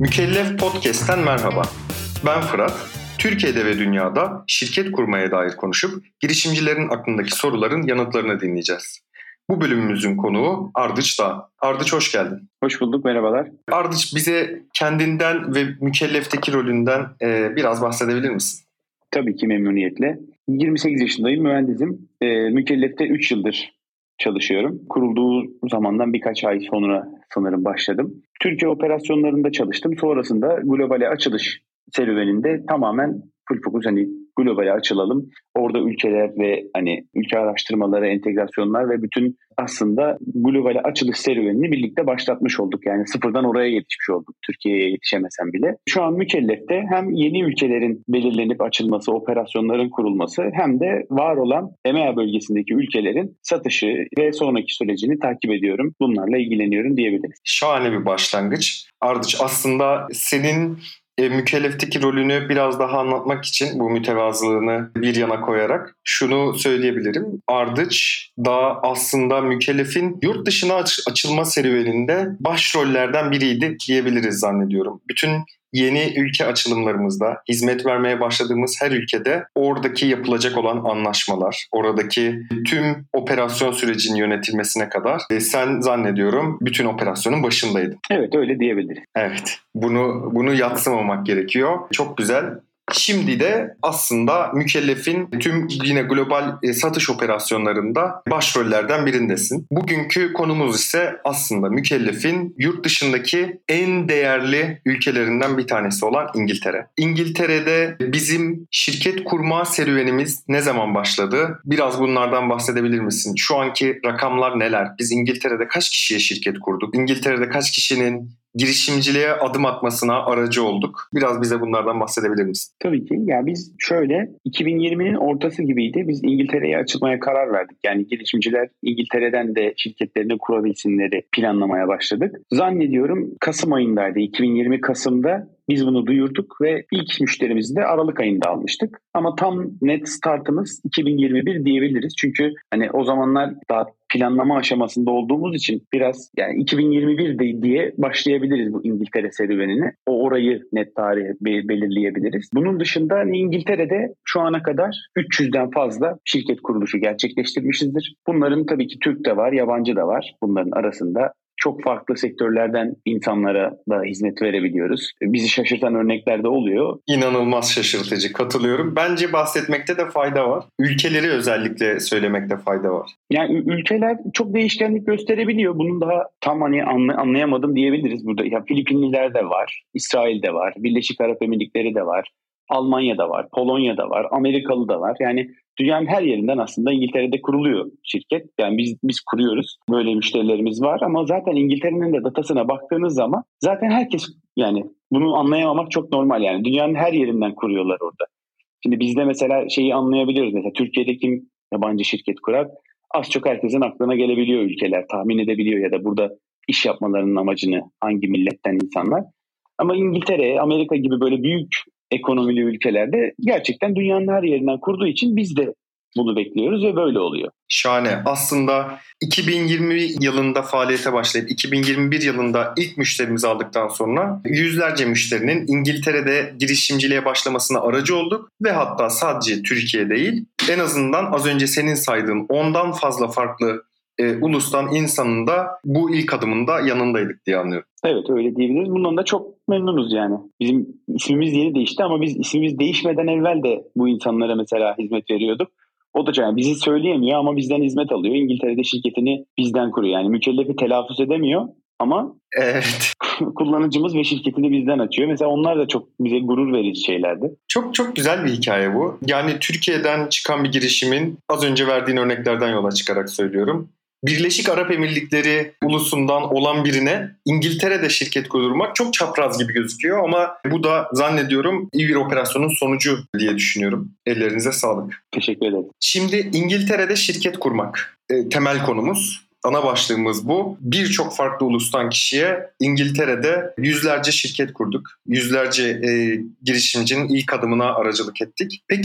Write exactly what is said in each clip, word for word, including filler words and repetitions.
Mükellef Podcast'ten merhaba. Ben Fırat. Türkiye'de ve dünyada şirket kurmaya dair konuşup girişimcilerin aklındaki soruların yanıtlarını dinleyeceğiz. Bu bölümümüzün konuğu Ardıç Dağ. Ardıç hoş geldin. Hoş bulduk, merhabalar. Ardıç bize kendinden ve mükellefteki rolünden e, biraz bahsedebilir misin? Tabii ki memnuniyetle. yirmi sekiz yaşındayım, mühendisim. E, Mükellef'te üç yıldır çalışıyorum. Kurulduğu zamandan birkaç ay sonra sanırım başladım. Türkiye operasyonlarında çalıştım. Sonrasında globale açılış serüveninde tamamen full focus hani globale açılalım. Orada ülkeler ve hani ülke araştırmaları, entegrasyonlar ve bütün aslında globale açılış serüvenini birlikte başlatmış olduk. Yani sıfırdan oraya yetişmiş olduk. Türkiye'ye yetişemesem bile. Şu an Mükellef'te hem yeni ülkelerin belirlenip açılması, operasyonların kurulması hem de var olan E M E A bölgesindeki ülkelerin satışı ve sonraki sürecini takip ediyorum. Bunlarla ilgileniyorum diyebiliriz. Şahane bir başlangıç. Ardıç, aslında senin E, mükellefteki rolünü biraz daha anlatmak için bu mütevazılığını bir yana koyarak şunu söyleyebilirim. Ardıç da aslında mükellefin yurt dışına aç- açılma serüveninde başrollerden biriydi diyebiliriz zannediyorum. Bütün yeni ülke açılımlarımızda, hizmet vermeye başladığımız her ülkede oradaki yapılacak olan anlaşmalar, oradaki tüm operasyon sürecinin yönetilmesine kadar e, sen zannediyorum bütün operasyonun başındaydın. Evet, öyle diyebiliriz. Evet, bunu bunu yadsımamak gerekiyor. Çok güzel. Şimdi de aslında mükellefin tüm yine global satış operasyonlarında başrollerden birindesin. Bugünkü konumuz ise aslında mükellefin yurt dışındaki en değerli ülkelerinden bir tanesi olan İngiltere. İngiltere'de bizim şirket kurma serüvenimiz ne zaman başladı? Biraz bunlardan bahsedebilir misin? Şu anki rakamlar neler? Biz İngiltere'de kaç kişiye şirket kurduk? İngiltere'de kaç kişinin girişimciliğe adım atmasına aracı olduk? Biraz bize bunlardan bahsedebilir misin? Tabii ki. Yani biz şöyle iki bin yirminin ortası gibiydi. Biz İngiltere'ye açılmaya karar verdik. Yani girişimciler İngiltere'den de şirketlerini kurabilsinleri planlamaya başladık. Zannediyorum Kasım ayındaydı. iki bin yirmi Kasım'da biz bunu duyurduk ve ilk müşterimizi de Aralık ayında almıştık. Ama tam net startımız iki bin yirmi bir diyebiliriz. Çünkü hani o zamanlar daha planlama aşamasında olduğumuz için biraz yani iki bin yirmi bir diye başlayabiliriz bu İngiltere serüvenini. O orayı net tarih belirleyebiliriz. Bunun dışında hani İngiltere'de şu ana kadar üç yüzden fazla şirket kuruluşu gerçekleştirmişizdir. Bunların tabii ki Türk de var, yabancı da var bunların arasında. Çok farklı sektörlerden insanlara da hizmet verebiliyoruz. Bizi şaşırtan örnekler de oluyor. İnanılmaz şaşırtıcı, katılıyorum. Bence bahsetmekte de fayda var. Ülkeleri özellikle söylemekte fayda var. Yani ülkeler çok değişkenlik gösterebiliyor. Bunun daha tam hani anlayamadım diyebiliriz burada. Ya Filipinliler de var, İsrail de var, Birleşik Arap Emirlikleri de var, Almanya'da var, Polonya'da var, Amerikalı da var. Yani dünyanın her yerinden aslında İngiltere'de kuruluyor şirket. Yani biz biz kuruyoruz. Böyle müşterilerimiz var ama zaten İngiltere'nin de datasına baktığınız zaman zaten herkes yani bunu anlayamamak çok normal yani. Dünyanın her yerinden kuruyorlar orada. Şimdi bizde mesela şeyi anlayabiliyoruz. Mesela Türkiye'de kim yabancı şirket kurar? Az çok herkesin aklına gelebiliyor ülkeler. Tahmin edebiliyor ya da burada iş yapmalarının amacını hangi milletten insanlar. Ama İngiltere, Amerika gibi böyle büyük ekonomili ülkelerde gerçekten dünyanın her yerinden kurduğu için biz de bunu bekliyoruz ve böyle oluyor. Şahane. Aslında iki bin yirmi yılında faaliyete başlayıp iki bin yirmi bir yılında ilk müşterimizi aldıktan sonra yüzlerce müşterinin İngiltere'de girişimciliğe başlamasına aracı olduk ve hatta sadece Türkiye değil, en azından az önce senin saydığın ondan fazla farklı e, ulustan insanın da bu ilk adımında yanındaydık diye anlıyorum. Evet, öyle diyebiliriz. Bundan da çok memnunuz yani. Bizim ismimiz yeni değişti ama biz ismimiz değişmeden evvel de bu insanlara mesela hizmet veriyorduk. O da yani bizi söyleyemiyor ama bizden hizmet alıyor. İngiltere'de şirketini bizden kuruyor. Yani mükellefi telaffuz edemiyor ama evet. kullanıcımız ve şirketini bizden açıyor. Mesela onlar da çok bize gurur verici şeylerdi. Çok çok güzel bir hikaye bu. Yani Türkiye'den çıkan bir girişimin az önce verdiğin örneklerden yola çıkarak söylüyorum. Birleşik Arap Emirlikleri ulusundan olan birine İngiltere'de şirket kurdurmak çok çapraz gibi gözüküyor ama bu da zannediyorum iyi bir operasyonun sonucu diye düşünüyorum. Ellerinize sağlık. Teşekkür ederim. Şimdi İngiltere'de şirket kurmak e, temel konumuz. Ana başlığımız bu. Birçok farklı ulustan kişiye İngiltere'de yüzlerce şirket kurduk. Yüzlerce e, girişimcinin ilk adımına aracılık ettik. Peki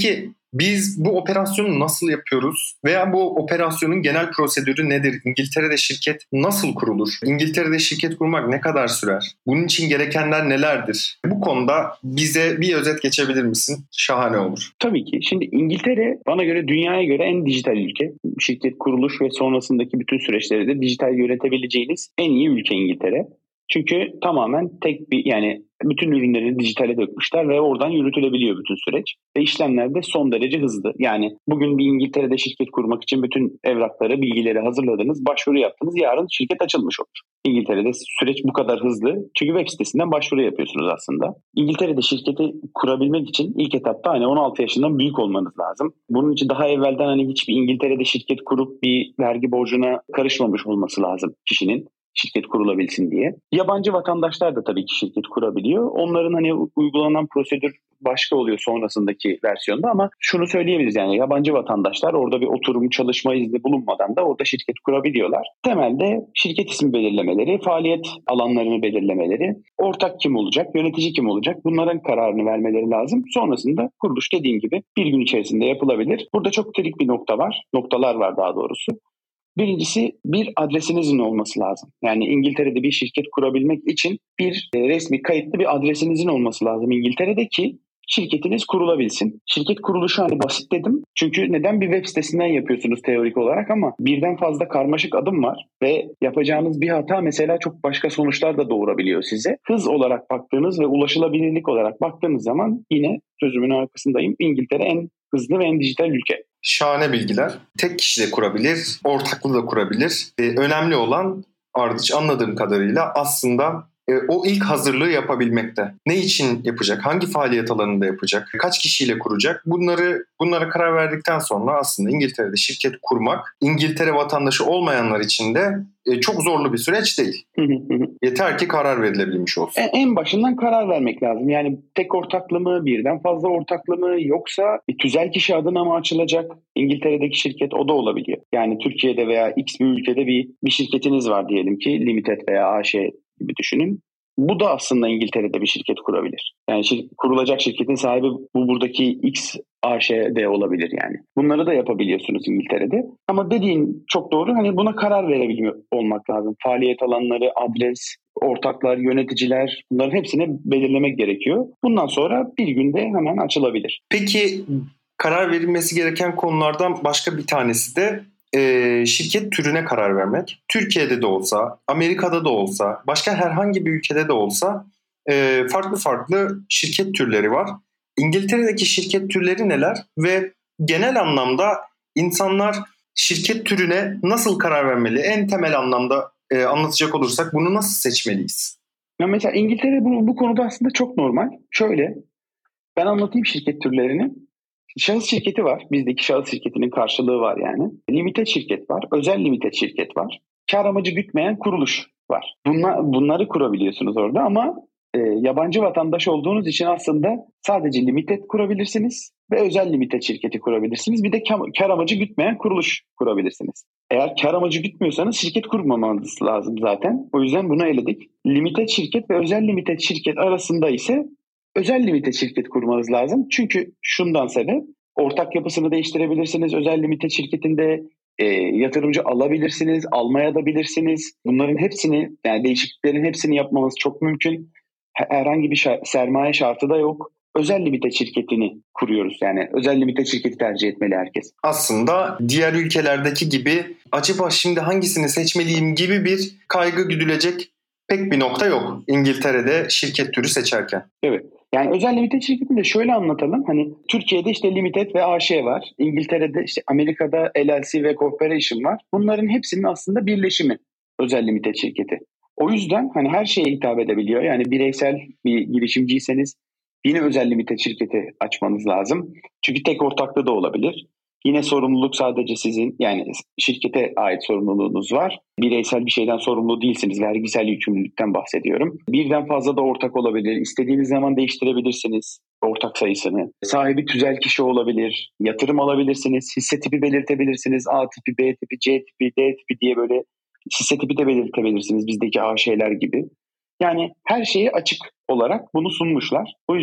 Biz bu operasyonu nasıl yapıyoruz veya bu operasyonun genel prosedürü nedir? İngiltere'de şirket nasıl kurulur? İngiltere'de şirket kurmak ne kadar sürer? Bunun için gerekenler nelerdir? Bu konuda bize bir özet geçebilir misin? Şahane olur. Tabii ki. Şimdi İngiltere bana göre dünyaya göre en dijital ülke. Şirket kuruluş ve sonrasındaki bütün süreçleri de dijital yönetebileceğiniz en iyi ülke İngiltere. Çünkü tamamen tek bir yani bütün ürünleri dijitale dökmüşler ve oradan yürütülebiliyor bütün süreç. Ve işlemler de son derece hızlı. Yani bugün bir İngiltere'de şirket kurmak için bütün evrakları, bilgileri hazırladınız, başvuru yaptınız. Yarın şirket açılmış olur. İngiltere'de süreç bu kadar hızlı. Çünkü web sitesinden başvuru yapıyorsunuz aslında. İngiltere'de şirketi kurabilmek için ilk etapta hani on altı yaşından büyük olmanız lazım. Bunun için daha evvelden hani hiçbir İngiltere'de şirket kurup bir vergi borcuna karışmamış olması lazım kişinin. Şirket kurulabilsin diye. Yabancı vatandaşlar da tabii ki şirket kurabiliyor. Onların hani uygulanan prosedür başka oluyor sonrasındaki versiyonda ama şunu söyleyebiliriz yani yabancı vatandaşlar orada bir oturum çalışma izni bulunmadan da orada şirket kurabiliyorlar. Temelde şirket ismi belirlemeleri, faaliyet alanlarını belirlemeleri, ortak kim olacak, yönetici kim olacak bunların kararını vermeleri lazım. Sonrasında kuruluş dediğim gibi bir gün içerisinde yapılabilir. Burada çok kritik bir nokta var, noktalar var daha doğrusu. Birincisi bir adresinizin olması lazım. Yani İngiltere'de bir şirket kurabilmek için bir e, resmi kayıtlı bir adresinizin olması lazım İngiltere'de ki şirketiniz kurulabilsin. Şirket kuruluşu hani basit dedim. Çünkü neden bir web sitesinden yapıyorsunuz teorik olarak ama birden fazla karmaşık adım var ve yapacağınız bir hata mesela çok başka sonuçlar da doğurabiliyor size. Hız olarak baktığınız ve ulaşılabilirlik olarak baktığınız zaman yine sözümün arkasındayım. İngiltere en hızlı ve en dijital ülke. Şahane bilgiler. Tek kişi de kurabilir, ortaklı da kurabilir. Ee, önemli olan Ardıç anladığım kadarıyla aslında e, o ilk hazırlığı yapabilmekte. Ne için yapacak? Hangi faaliyet alanında yapacak? Kaç kişiyle kuracak? Bunları bunlara karar verdikten sonra aslında İngiltere'de şirket kurmak İngiltere vatandaşı olmayanlar için de e, çok zorlu bir süreç değil. Yeter ki karar verilebilmiş olsun. En başından karar vermek lazım. Yani tek ortaklı mı, birden fazla ortaklı mı yoksa bir tüzel kişi adına mı açılacak? İngiltere'deki şirket o da olabiliyor. Yani Türkiye'de veya X bir ülkede bir, bir şirketiniz var diyelim ki Limited veya A Ş gibi düşünün. Bu da aslında İngiltere'de bir şirket kurabilir. Yani şir- kurulacak şirketin sahibi bu buradaki X A Ş'de olabilir yani. Bunları da yapabiliyorsunuz İngiltere'de. Ama dediğin çok doğru. Hani buna karar verebiliyor olmak lazım. Faaliyet alanları, adres, ortaklar, yöneticiler bunların hepsini belirlemek gerekiyor. Bundan sonra bir günde hemen açılabilir. Peki karar verilmesi gereken konulardan başka bir tanesi de e, şirket türüne karar vermek. Türkiye'de de olsa, Amerika'da da olsa, başka herhangi bir ülkede de olsa e, farklı farklı şirket türleri var. İngiltere'deki şirket türleri neler ve genel anlamda insanlar şirket türüne nasıl karar vermeli? En temel anlamda e, anlatacak olursak bunu nasıl seçmeliyiz? Ya mesela İngiltere bu, bu konuda aslında çok normal. Şöyle, ben anlatayım şirket türlerini. Şahıs şirketi var. Bizdeki şahıs şirketinin karşılığı var yani. Limited şirket var. Özel limited şirket var. Kar amacı gütmeyen kuruluş var. Bunlar, bunları kurabiliyorsunuz orada ama e, yabancı vatandaş olduğunuz için aslında sadece limited kurabilirsiniz ve özel limited şirketi kurabilirsiniz. Bir de kar, kar amacı gütmeyen kuruluş kurabilirsiniz. Eğer kar amacı gütmüyorsanız şirket kurmamanız lazım zaten. O yüzden bunu eledik. Limited şirket ve özel limited şirket arasında ise özel limited şirket kurmanız lazım. Çünkü şundan sebep ortak yapısını değiştirebilirsiniz. Özel limited şirketinde e, yatırımcı alabilirsiniz, almaya da bilirsiniz. Bunların hepsini yani değişikliklerin hepsini yapmanız çok mümkün. Herhangi bir şa- sermaye şartı da yok. Özel limited şirketini kuruyoruz. Yani özel limited şirketi tercih etmeli herkes. Aslında diğer ülkelerdeki gibi acaba şimdi hangisini seçmeliyim gibi bir kaygı güdülecek pek bir nokta yok İngiltere'de şirket türü seçerken. Evet. Yani özel limited şirketini de şöyle anlatalım. Hani Türkiye'de işte limited ve A Ş var. İngiltere'de işte Amerika'da L L C ve corporation var. Bunların hepsinin aslında birleşimi özel limited şirketi. O yüzden hani her şeye hitap edebiliyor. Yani bireysel bir girişimciyseniz yine özel limited şirketi açmanız lazım. Çünkü tek ortaklı da olabilir. Yine sorumluluk sadece sizin yani şirkete ait sorumluluğunuz var. Bireysel bir şeyden sorumlu değilsiniz. Vergisel yükümlülükten bahsediyorum. Birden fazla da ortak olabilir. İstediğiniz zaman değiştirebilirsiniz ortak sayısını. Sahibi tüzel kişi olabilir. Yatırım alabilirsiniz. Hisse tipi belirtebilirsiniz. A tipi, B tipi, C tipi, D tipi diye böyle hisse tipi de belirtebilirsiniz. Bizdeki A Ş'ler gibi. Yani her şeye açık olarak bunu sunmuşlar. O yüzden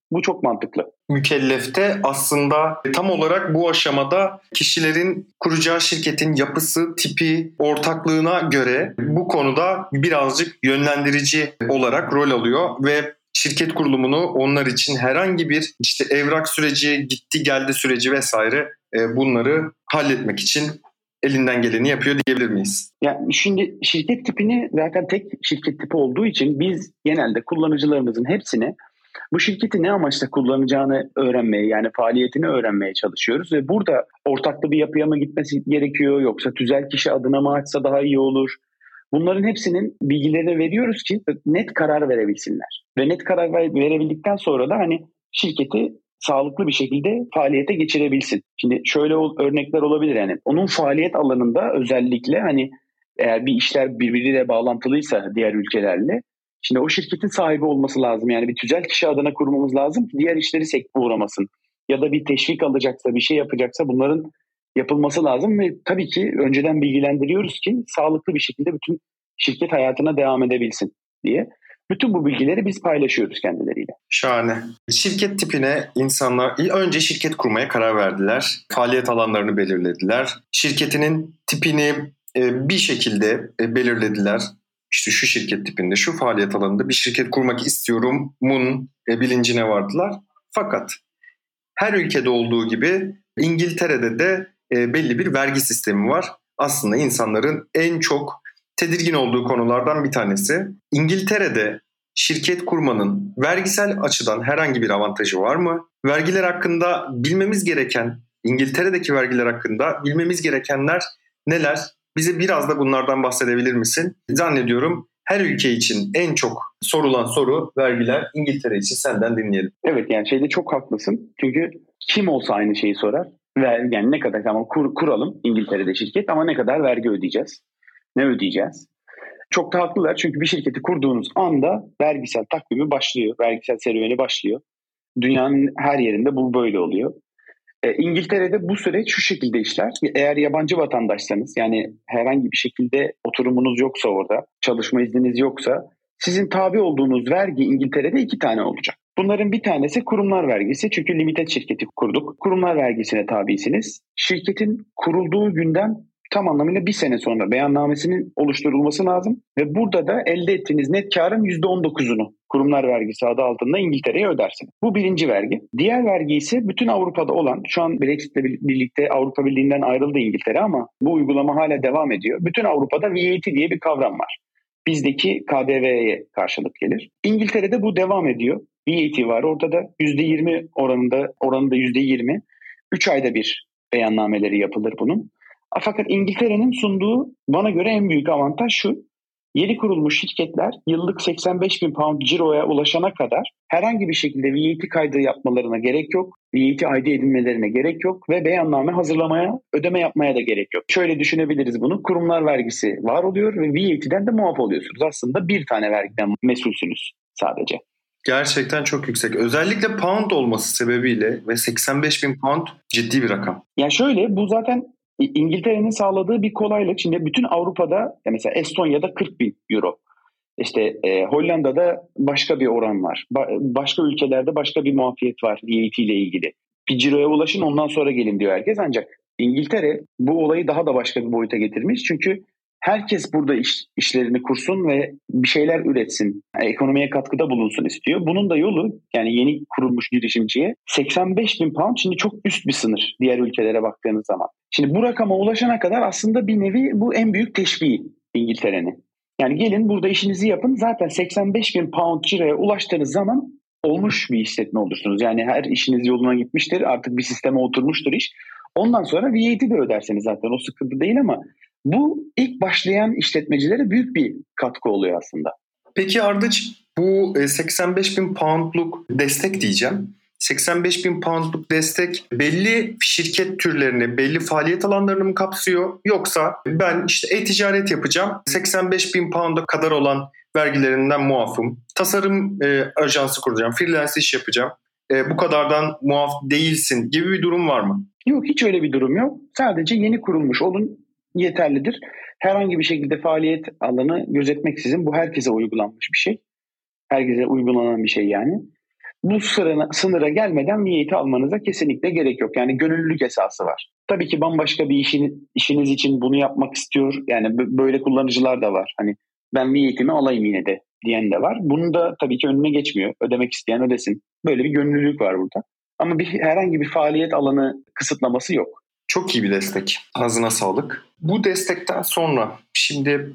Bu çok mantıklı. Mükellefte aslında tam olarak bu aşamada kişilerin kuracağı şirketin yapısı, tipi, ortaklığına göre bu konuda birazcık yönlendirici olarak rol alıyor ve şirket kurulumunu onlar için herhangi bir işte evrak süreci, gitti geldi süreci vesaire bunları halletmek için elinden geleni yapıyor diyebilir miyiz? Yani şimdi şirket tipini zaten tek şirket tipi olduğu için biz genelde kullanıcılarımızın hepsini bu şirketi ne amaçla kullanacağını öğrenmeye, yani faaliyetini öğrenmeye çalışıyoruz ve burada ortaklı bir yapıya mı gitmesi gerekiyor yoksa tüzel kişi adına mı açsa daha iyi olur? Bunların hepsinin bilgilerini veriyoruz ki net karar verebilsinler. Ve net karar verebildikten sonra da hani şirketi sağlıklı bir şekilde faaliyete geçirebilsin. Şimdi şöyle örnekler olabilir, yani onun faaliyet alanında özellikle hani eğer bir işler birbiriyle bağlantılıysa diğer ülkelerle, şimdi o şirketin sahibi olması lazım. Yani bir tüzel kişi adına kurmamız lazım ki diğer işleri sekteye uğramasın. Ya da bir teşvik alacaksa, bir şey yapacaksa bunların yapılması lazım ve tabii ki önceden bilgilendiriyoruz ki sağlıklı bir şekilde bütün şirket hayatına devam edebilsin diye. Bütün bu bilgileri biz paylaşıyoruz kendileriyle. Şahane. Şirket tipine insanlar önce şirket kurmaya karar verdiler. Faaliyet alanlarını belirlediler. Şirketinin tipini bir şekilde belirlediler. İşte şu şirket tipinde, şu faaliyet alanında bir şirket kurmak istiyorumun bilincine vardılar. Fakat her ülkede olduğu gibi İngiltere'de de belli bir vergi sistemi var. Aslında insanların en çok tedirgin olduğu konulardan bir tanesi. İngiltere'de şirket kurmanın vergisel açıdan herhangi bir avantajı var mı? Vergiler hakkında bilmemiz gereken, İngiltere'deki vergiler hakkında bilmemiz gerekenler neler? Bize biraz da bunlardan bahsedebilir misin? Zannediyorum her ülke için en çok sorulan soru vergiler. İngiltere için senden dinleyelim. Evet, yani şeyde çok haklısın. Çünkü kim olsa aynı şeyi sorar. Ver, yani ne kadar tamam kur, kuralım İngiltere'de şirket ama ne kadar vergi ödeyeceğiz? Ne ödeyeceğiz? Çok da haklılar çünkü bir şirketi kurduğunuz anda vergisel takvimi başlıyor. Vergisel serüveni başlıyor. Dünyanın her yerinde bu böyle oluyor. E, İngiltere'de bu süreç şu şekilde işler. Eğer yabancı vatandaşsanız, yani herhangi bir şekilde oturumunuz yoksa orada, çalışma izniniz yoksa, sizin tabi olduğunuz vergi İngiltere'de iki tane olacak. Bunların bir tanesi kurumlar vergisi. Çünkü limited şirketi kurduk. Kurumlar vergisine tabisiniz. Şirketin kurulduğu günden tam anlamıyla bir sene sonra beyannamesinin oluşturulması lazım. Ve burada da elde ettiğiniz net karın yüzde on dokuzunu kurumlar vergisi adı altında İngiltere'ye ödersiniz. Bu birinci vergi. Diğer vergi ise bütün Avrupa'da olan, şu an Brexit'le birlikte Avrupa Birliği'nden ayrıldı İngiltere ama bu uygulama hala devam ediyor. Bütün Avrupa'da V A T diye bir kavram var. Bizdeki K D V'ye karşılık gelir. İngiltere'de bu devam ediyor. V A T var ortada, yüzde yirmi oranında, oranında yüzde yirmi. üç ayda bir beyannameleri yapılır bunun. Fakat İngiltere'nin sunduğu bana göre en büyük avantaj şu: yeni kurulmuş şirketler yıllık seksen beş bin pound ciroya ulaşana kadar herhangi bir şekilde V A T kaydı yapmalarına gerek yok. V A T I D edinmelerine gerek yok ve beyanname hazırlamaya, ödeme yapmaya da gerek yok. Şöyle düşünebiliriz bunu: kurumlar vergisi var oluyor ve V A T'den de muaf oluyorsunuz. Aslında bir tane vergiden mesulsünüz sadece. Gerçekten çok yüksek. Özellikle pound olması sebebiyle ve seksen beş bin pound ciddi bir rakam. Yani şöyle, bu zaten İngiltere'nin sağladığı bir kolaylık. Şimdi bütün Avrupa'da mesela Estonya'da kırk bin euro. İşte e, Hollanda'da başka bir oran var. Ba- başka ülkelerde başka bir muafiyet var V A T ile ilgili. Bir ciroya ulaşın ondan sonra gelin diyor herkes. Ancak İngiltere bu olayı daha da başka bir boyuta getirmiş. Çünkü herkes burada iş, işlerini kursun ve bir şeyler üretsin, yani ekonomiye katkıda bulunsun istiyor. Bunun da yolu, yani yeni kurulmuş girişimciye seksen beş bin pound şimdi çok üst bir sınır diğer ülkelere baktığınız zaman. Şimdi bu rakama ulaşana kadar aslında bir nevi bu en büyük teşviği İngiltere'nin. Yani gelin burada işinizi yapın, zaten seksen beş bin pound ciroya ulaştığınız zaman olmuş bir işletme olursunuz. Yani her işiniz yoluna gitmiştir, artık bir sisteme oturmuştur iş. Ondan sonra V A T de öderseniz zaten o sıkıntı değil ama bu ilk başlayan işletmecilere büyük bir katkı oluyor aslında. Peki Ardıç, bu seksen beş bin poundluk destek diyeceğim. seksen beş bin poundluk destek belli şirket türlerini, belli faaliyet alanlarını mı kapsıyor? Yoksa ben işte e-ticaret yapacağım, seksen beş bin pound'a kadar olan vergilerinden muafım, tasarım e, ajansı kuracağım, freelance iş yapacağım, e, bu kadardan muaf değilsin gibi bir durum var mı? Yok, hiç öyle bir durum yok. Sadece yeni kurulmuş olun yeterlidir. Herhangi bir şekilde faaliyet alanı gözetmeksizin, bu herkese uygulanmış bir şey. Herkese uygulanan bir şey yani. Bu sınıra, sınıra gelmeden niyeti almanıza kesinlikle gerek yok. Yani gönüllülük esası var. Tabii ki bambaşka bir işin, işiniz için bunu yapmak istiyor. Yani böyle kullanıcılar da var. Hani ben niyetimi alayım yine de diyen de var. Bunun da tabii ki önüne geçmiyor. Ödemek isteyen ödesin. Böyle bir gönüllülük var burada. Ama bir herhangi bir faaliyet alanı kısıtlaması yok. Çok iyi bir destek. Ağzına sağlık. Bu destekten sonra şimdi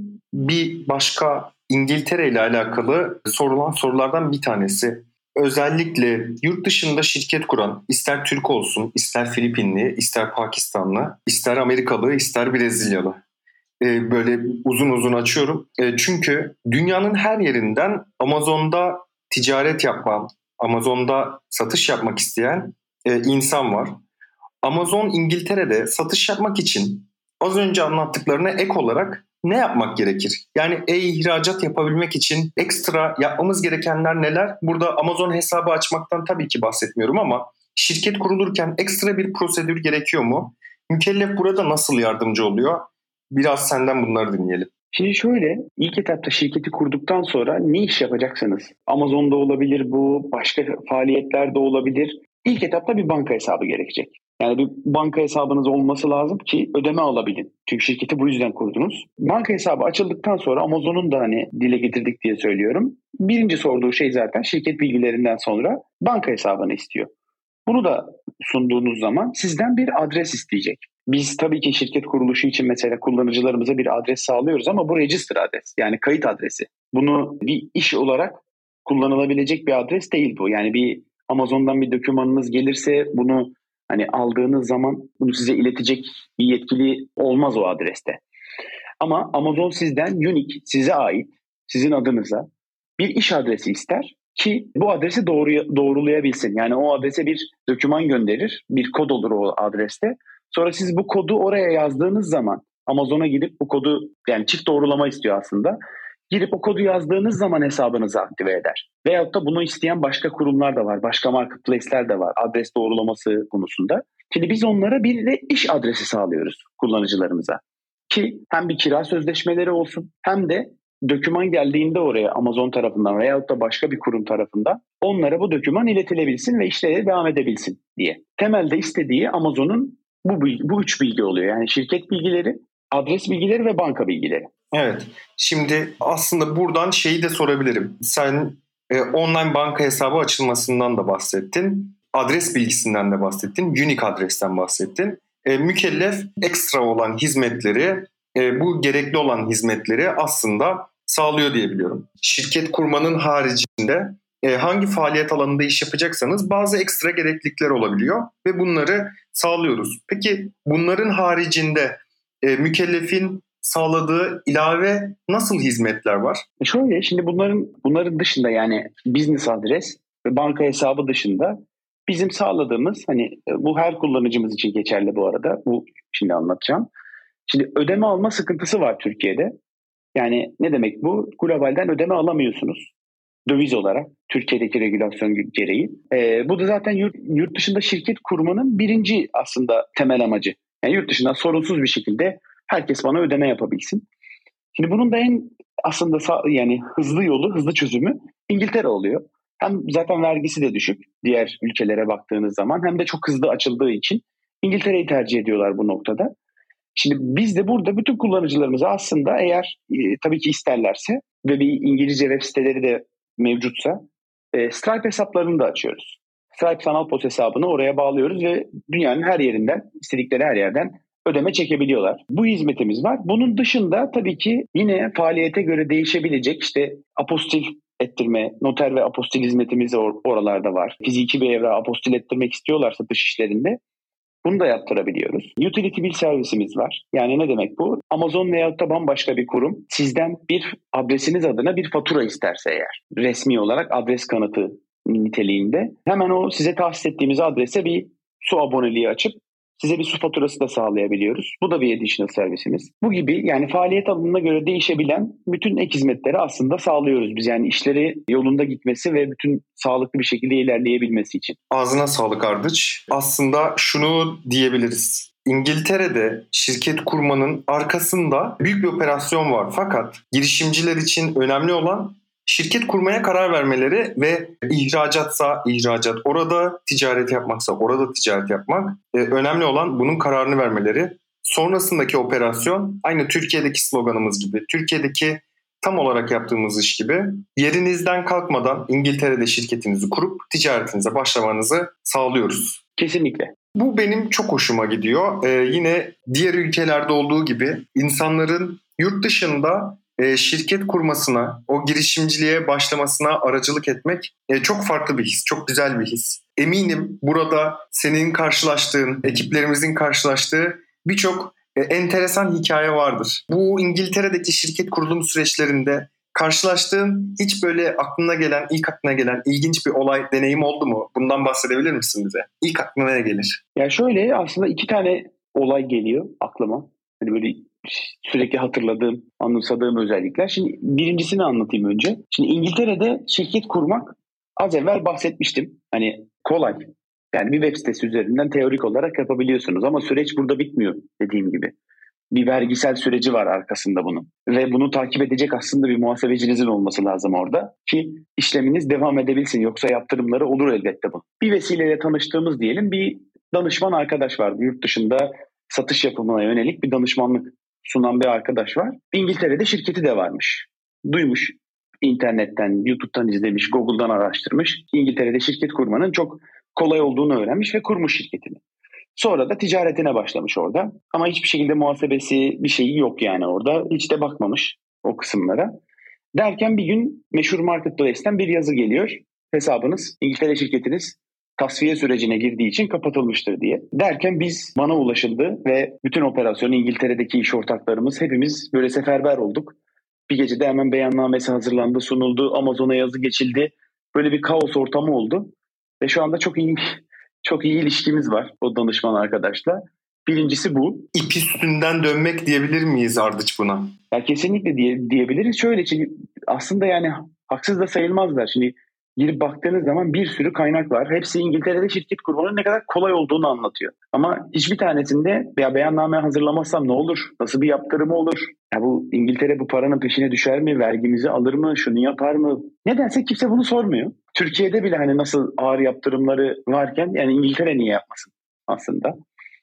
bir başka İngiltere ile alakalı sorulan sorulardan bir tanesi. Özellikle yurt dışında şirket kuran, ister Türk olsun, ister Filipinli, ister Pakistanlı, ister Amerikalı, ister Brezilyalı. Ee, böyle uzun uzun açıyorum. Ee, çünkü dünyanın her yerinden Amazon'da ticaret yapan, Amazon'da satış yapmak isteyen e, insan var. Amazon İngiltere'de satış yapmak için az önce anlattıklarına ek olarak ne yapmak gerekir? Yani e-ihracat yapabilmek için ekstra yapmamız gerekenler neler? Burada Amazon hesabı açmaktan tabii ki bahsetmiyorum ama şirket kurulurken ekstra bir prosedür gerekiyor mu? Mükellef burada nasıl yardımcı oluyor? Biraz senden bunları dinleyelim. Şimdi şöyle, ilk etapta şirketi kurduktan sonra ne iş yapacaksınız? Amazon'da olabilir bu, başka faaliyetlerde olabilir. İlk etapta bir banka hesabı gerekecek. Yani bir banka hesabınız olması lazım ki ödeme alabilin. Çünkü şirketi bu yüzden kurdunuz. Banka hesabı açıldıktan sonra Amazon'un da hani dile getirdik diye söylüyorum. Birinci sorduğu şey zaten şirket bilgilerinden sonra banka hesabını istiyor. Bunu da sunduğunuz zaman sizden bir adres isteyecek. Biz tabii ki şirket kuruluşu için mesela kullanıcılarımıza bir adres sağlıyoruz ama bu register adres, yani kayıt adresi. Bunu bir iş olarak kullanılabilecek bir adres değil bu. Yani bir Amazon'dan bir dokümanınız gelirse bunu hani aldığınız zaman bunu size iletecek bir yetkili olmaz o adreste. Ama Amazon sizden unique, size ait, sizin adınıza bir iş adresi ister ki bu adresi doğru, doğrulayabilsin. Yani o adrese bir doküman gönderir, bir kod olur o adreste. Sonra siz bu kodu oraya yazdığınız zaman Amazon'a gidip bu kodu, yani çift doğrulama istiyor aslında. Girip o kodu yazdığınız zaman hesabınızı aktive eder. Veyahut da bunu isteyen başka kurumlar da var. Başka marketplace'ler de var adres doğrulaması konusunda. Şimdi biz onlara bir de iş adresi sağlıyoruz kullanıcılarımıza. Ki hem bir kira sözleşmeleri olsun hem de doküman geldiğinde oraya Amazon tarafından veyahut da başka bir kurum tarafından onlara bu doküman iletilebilsin ve işlere devam edebilsin diye. Temelde istediği Amazon'un bu, bu üç bilgi oluyor. Yani şirket bilgileri, adres bilgileri ve banka bilgileri. Evet. Şimdi aslında buradan şeyi de sorabilirim. Sen e, online banka hesabı açılmasından da bahsettin. Adres bilgisinden de bahsettin. Unique adresten bahsettin. E, mükellef ekstra olan hizmetleri, e, bu gerekli olan hizmetleri aslında sağlıyor diye biliyorum. Şirket kurmanın haricinde e, hangi faaliyet alanında iş yapacaksanız bazı ekstra gereklilikler olabiliyor ve bunları sağlıyoruz. Peki bunların haricinde e, mükellefin sağladığı ilave nasıl hizmetler var? E şöyle, şimdi bunların bunların dışında, yani business adres ve banka hesabı dışında bizim sağladığımız, hani bu her kullanıcımız için geçerli bu arada. Bu şimdi anlatacağım. Şimdi ödeme alma sıkıntısı var Türkiye'de. Yani ne demek bu? Globalden ödeme alamıyorsunuz döviz olarak Türkiye'deki regülasyon gereği. E, bu da zaten yurt, yurt dışında şirket kurmanın birinci aslında temel amacı. Yani yurt dışından sorunsuz bir şekilde herkes bana ödeme yapabilsin. Şimdi bunun da en aslında yani hızlı yolu, hızlı çözümü İngiltere oluyor. Hem zaten vergisi de düşük diğer ülkelere baktığınız zaman, hem de çok hızlı açıldığı için İngiltere'yi tercih ediyorlar bu noktada. Şimdi biz de burada bütün kullanıcılarımıza aslında, eğer e, tabii ki isterlerse ve bir İngilizce web siteleri de mevcutsa e, Stripe hesaplarını da açıyoruz. Stripe sanal pos hesabını oraya bağlıyoruz ve dünyanın her yerinden, istedikleri her yerden ödeme çekebiliyorlar. Bu hizmetimiz var. Bunun dışında tabii ki yine faaliyete göre değişebilecek işte apostil ettirme, noter ve apostil hizmetimiz or- oralarda var. Fiziki bir evrağı apostil ettirmek istiyorlarsa dış işlerinde bunu da yaptırabiliyoruz. Utility bill servisimiz var. Yani ne demek bu? Amazon veyahut da bambaşka bir kurum sizden bir adresiniz adına bir fatura isterse eğer, resmi olarak adres kanıtı niteliğinde, hemen o size tahsis ettiğimiz adrese bir su aboneliği açıp size bir su faturası da sağlayabiliyoruz. Bu da bir additional servisimiz. Bu gibi yani faaliyet alanına göre değişebilen bütün ek hizmetleri aslında sağlıyoruz biz. Yani işleri yolunda gitmesi ve bütün sağlıklı bir şekilde ilerleyebilmesi için. Ağzına sağlık Ardıç. Aslında şunu diyebiliriz. İngiltere'de şirket kurmanın arkasında büyük bir operasyon var. Fakat girişimciler için önemli olan şirket kurmaya karar vermeleri ve ihracatsa ihracat orada, ticaret yapmaksa orada ticaret yapmak. E, önemli olan bunun kararını vermeleri. Sonrasındaki operasyon aynı Türkiye'deki sloganımız gibi, Türkiye'deki tam olarak yaptığımız iş gibi yerinizden kalkmadan İngiltere'de şirketinizi kurup ticaretinize başlamanızı sağlıyoruz. Kesinlikle. Bu benim çok hoşuma gidiyor. Ee, yine diğer ülkelerde olduğu gibi insanların yurt dışında e, şirket kurmasına, o girişimciliğe başlamasına aracılık etmek e, çok farklı bir his, çok güzel bir his. Eminim burada senin karşılaştığın, ekiplerimizin karşılaştığı birçok e, enteresan hikaye vardır. Bu İngiltere'deki şirket kurulum süreçlerinde karşılaştığın hiç böyle aklına gelen, ilk aklına gelen ilginç bir olay, deneyim oldu mu? Bundan bahsedebilir misin bize? İlk aklına ne gelir? Ya şöyle, aslında iki tane olay geliyor aklıma. Hani böyle sürekli hatırladığım, anımsadığım özellikler. Şimdi birincisini anlatayım önce. Şimdi İngiltere'de şirket kurmak, az evvel bahsetmiştim. Hani kolay. Yani bir web sitesi üzerinden teorik olarak yapabiliyorsunuz ama süreç burada bitmiyor dediğim gibi. Bir vergisel süreci var arkasında bunun. Ve bunu takip edecek aslında bir muhasebecinizin olması lazım orada ki işleminiz devam edebilsin. Yoksa yaptırımları olur elbette bu. Bir vesileyle tanıştığımız diyelim bir danışman arkadaş vardı. Yurt dışında satış yapımına yönelik bir danışmanlık sunan bir arkadaş var. İngiltere'de şirketi de varmış. Duymuş, internetten, YouTube'dan izlemiş, Google'dan araştırmış. İngiltere'de şirket kurmanın çok kolay olduğunu öğrenmiş ve kurmuş şirketini. Sonra da ticaretine başlamış orada. Ama hiçbir şekilde muhasebesi bir şeyi yok yani orada. Hiç de bakmamış o kısımlara. Derken bir gün meşhur Marketplace'ten bir yazı geliyor. Hesabınız, İngiltere şirketiniz tasfiye sürecine girdiği için kapatılmıştır diye. Derken biz, bana ulaşıldı ve bütün operasyonu İngiltere'deki iş ortaklarımız hepimiz böyle seferber olduk. Bir gecede hemen beyannamesi hazırlandı, sunuldu, Amazon'a yazı geçildi. Böyle bir kaos ortamı oldu. Ve şu anda çok iyi çok iyi ilişkimiz var o danışman arkadaşla. Birincisi bu. İp üstünden dönmek diyebilir miyiz Ardıç buna? Ya kesinlikle diye, diyebiliriz. Şöyle, çünkü aslında yani haksız da sayılmazlar. Şimdi girip baktığınız zaman bir sürü kaynak var. Hepsi İngiltere'de şirket kurmanın ne kadar kolay olduğunu anlatıyor. Ama hiçbir tanesinde ya beyanname hazırlamazsam ne olur? Nasıl bir yaptırımı olur? Ya bu İngiltere bu paranın peşine düşer mi? Vergimizi alır mı? Şunu yapar mı? Nedense kimse bunu sormuyor. Türkiye'de bile hani nasıl ağır yaptırımları varken yani İngiltere niye yapmasın aslında?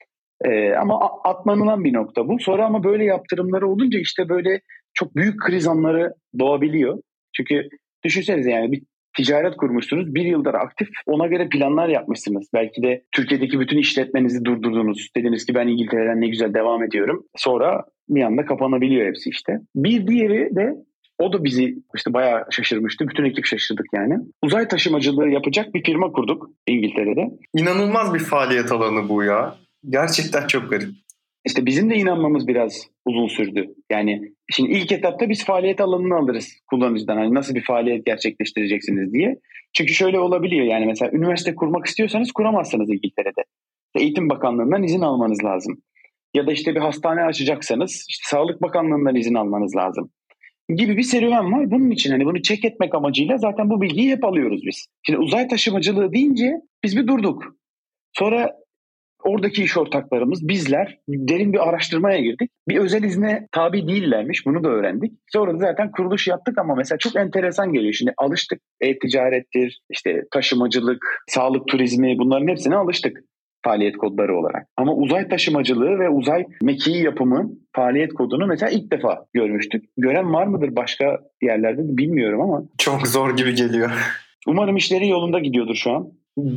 Ee, ama atlanılan bir nokta bu. Sonra ama böyle yaptırımları olunca işte böyle çok büyük kriz anları doğabiliyor. Çünkü düşünsenize, yani bir ticaret kurmuşsunuz. Bir yıldır aktif, ona göre planlar yapmışsınız. Belki de Türkiye'deki bütün işletmenizi durdurdunuz. Dediniz ki ben İngiltere'den ne güzel devam ediyorum. Sonra bir anda kapanabiliyor hepsi işte. Bir diğeri de, o da bizi işte bayağı şaşırmıştı. Bütün ekip şaşırdık yani. Uzay taşımacılığı yapacak bir firma kurduk İngiltere'de. İnanılmaz bir faaliyet alanı bu ya. Gerçekten çok garip. İşte bizim de inanmamız biraz uzun sürdü. Yani şimdi ilk etapta biz faaliyet alanını alırız kullanıcıdan. Hani nasıl bir faaliyet gerçekleştireceksiniz diye. Çünkü şöyle olabiliyor, yani mesela üniversite kurmak istiyorsanız kuramazsınız İngiltere'de. Eğitim Bakanlığı'ndan izin almanız lazım. Ya da işte bir hastane açacaksanız işte Sağlık Bakanlığı'ndan izin almanız lazım gibi bir serüven var. Bunun için hani bunu check etmek amacıyla zaten bu bilgiyi hep alıyoruz biz. Şimdi uzay taşımacılığı deyince biz bir durduk. Sonra oradaki iş ortaklarımız, bizler derin bir araştırmaya girdik. Bir özel izne tabi değillermiş, bunu da öğrendik. Sonra da zaten kuruluş yaptık ama mesela çok enteresan geliyor. Şimdi alıştık, e-ticarettir, işte taşımacılık, sağlık turizmi, bunların hepsine alıştık faaliyet kodları olarak. Ama uzay taşımacılığı ve uzay mekiği yapımı faaliyet kodunu mesela ilk defa görmüştük. Gören var mıdır başka yerlerde de bilmiyorum ama. Çok zor gibi geliyor. Umarım işleri yolunda gidiyordur şu an.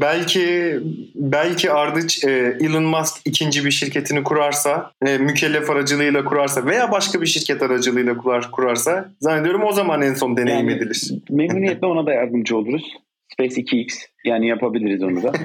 Belki belki Ardıç e, Elon Musk ikinci bir şirketini kurarsa, e, mükellef aracılığıyla kurarsa veya başka bir şirket aracılığıyla kurar, kurarsa zannediyorum o zaman en son deneyim yani, edilir. Memnuniyetle ona da yardımcı oluruz. Space iki X, yani yapabiliriz onu da.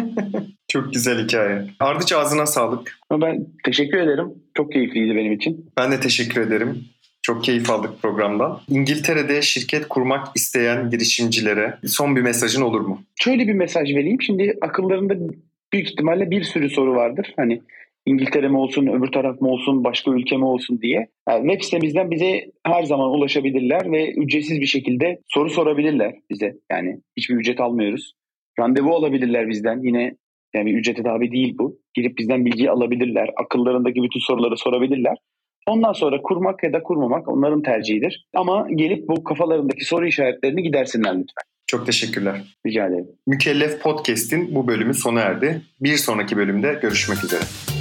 Çok güzel hikaye. Ardıç ağzına sağlık. Ben teşekkür ederim. Çok keyifliydi benim için. Ben de teşekkür ederim. Çok keyif aldık programdan. İngiltere'de şirket kurmak isteyen girişimcilere son bir mesajın olur mu? Şöyle bir mesaj vereyim. Şimdi akıllarında büyük ihtimalle bir sürü soru vardır. Hani İngiltere mi olsun, öbür taraf mı olsun, başka ülke mi olsun diye. Yani web sitemizden bize her zaman ulaşabilirler ve ücretsiz bir şekilde soru sorabilirler bize. Yani hiçbir ücret almıyoruz. Randevu alabilirler bizden. Yine yani ücrete tabi değil bu. Girip bizden bilgi alabilirler. Akıllarındaki bütün soruları sorabilirler. Ondan sonra kurmak ya da kurmamak onların tercihidir. Ama gelip bu kafalarındaki soru işaretlerini gidersinler lütfen. Çok teşekkürler. Rica ederim. Mükellef Podcast'in bu bölümü sona erdi. Bir sonraki bölümde görüşmek üzere.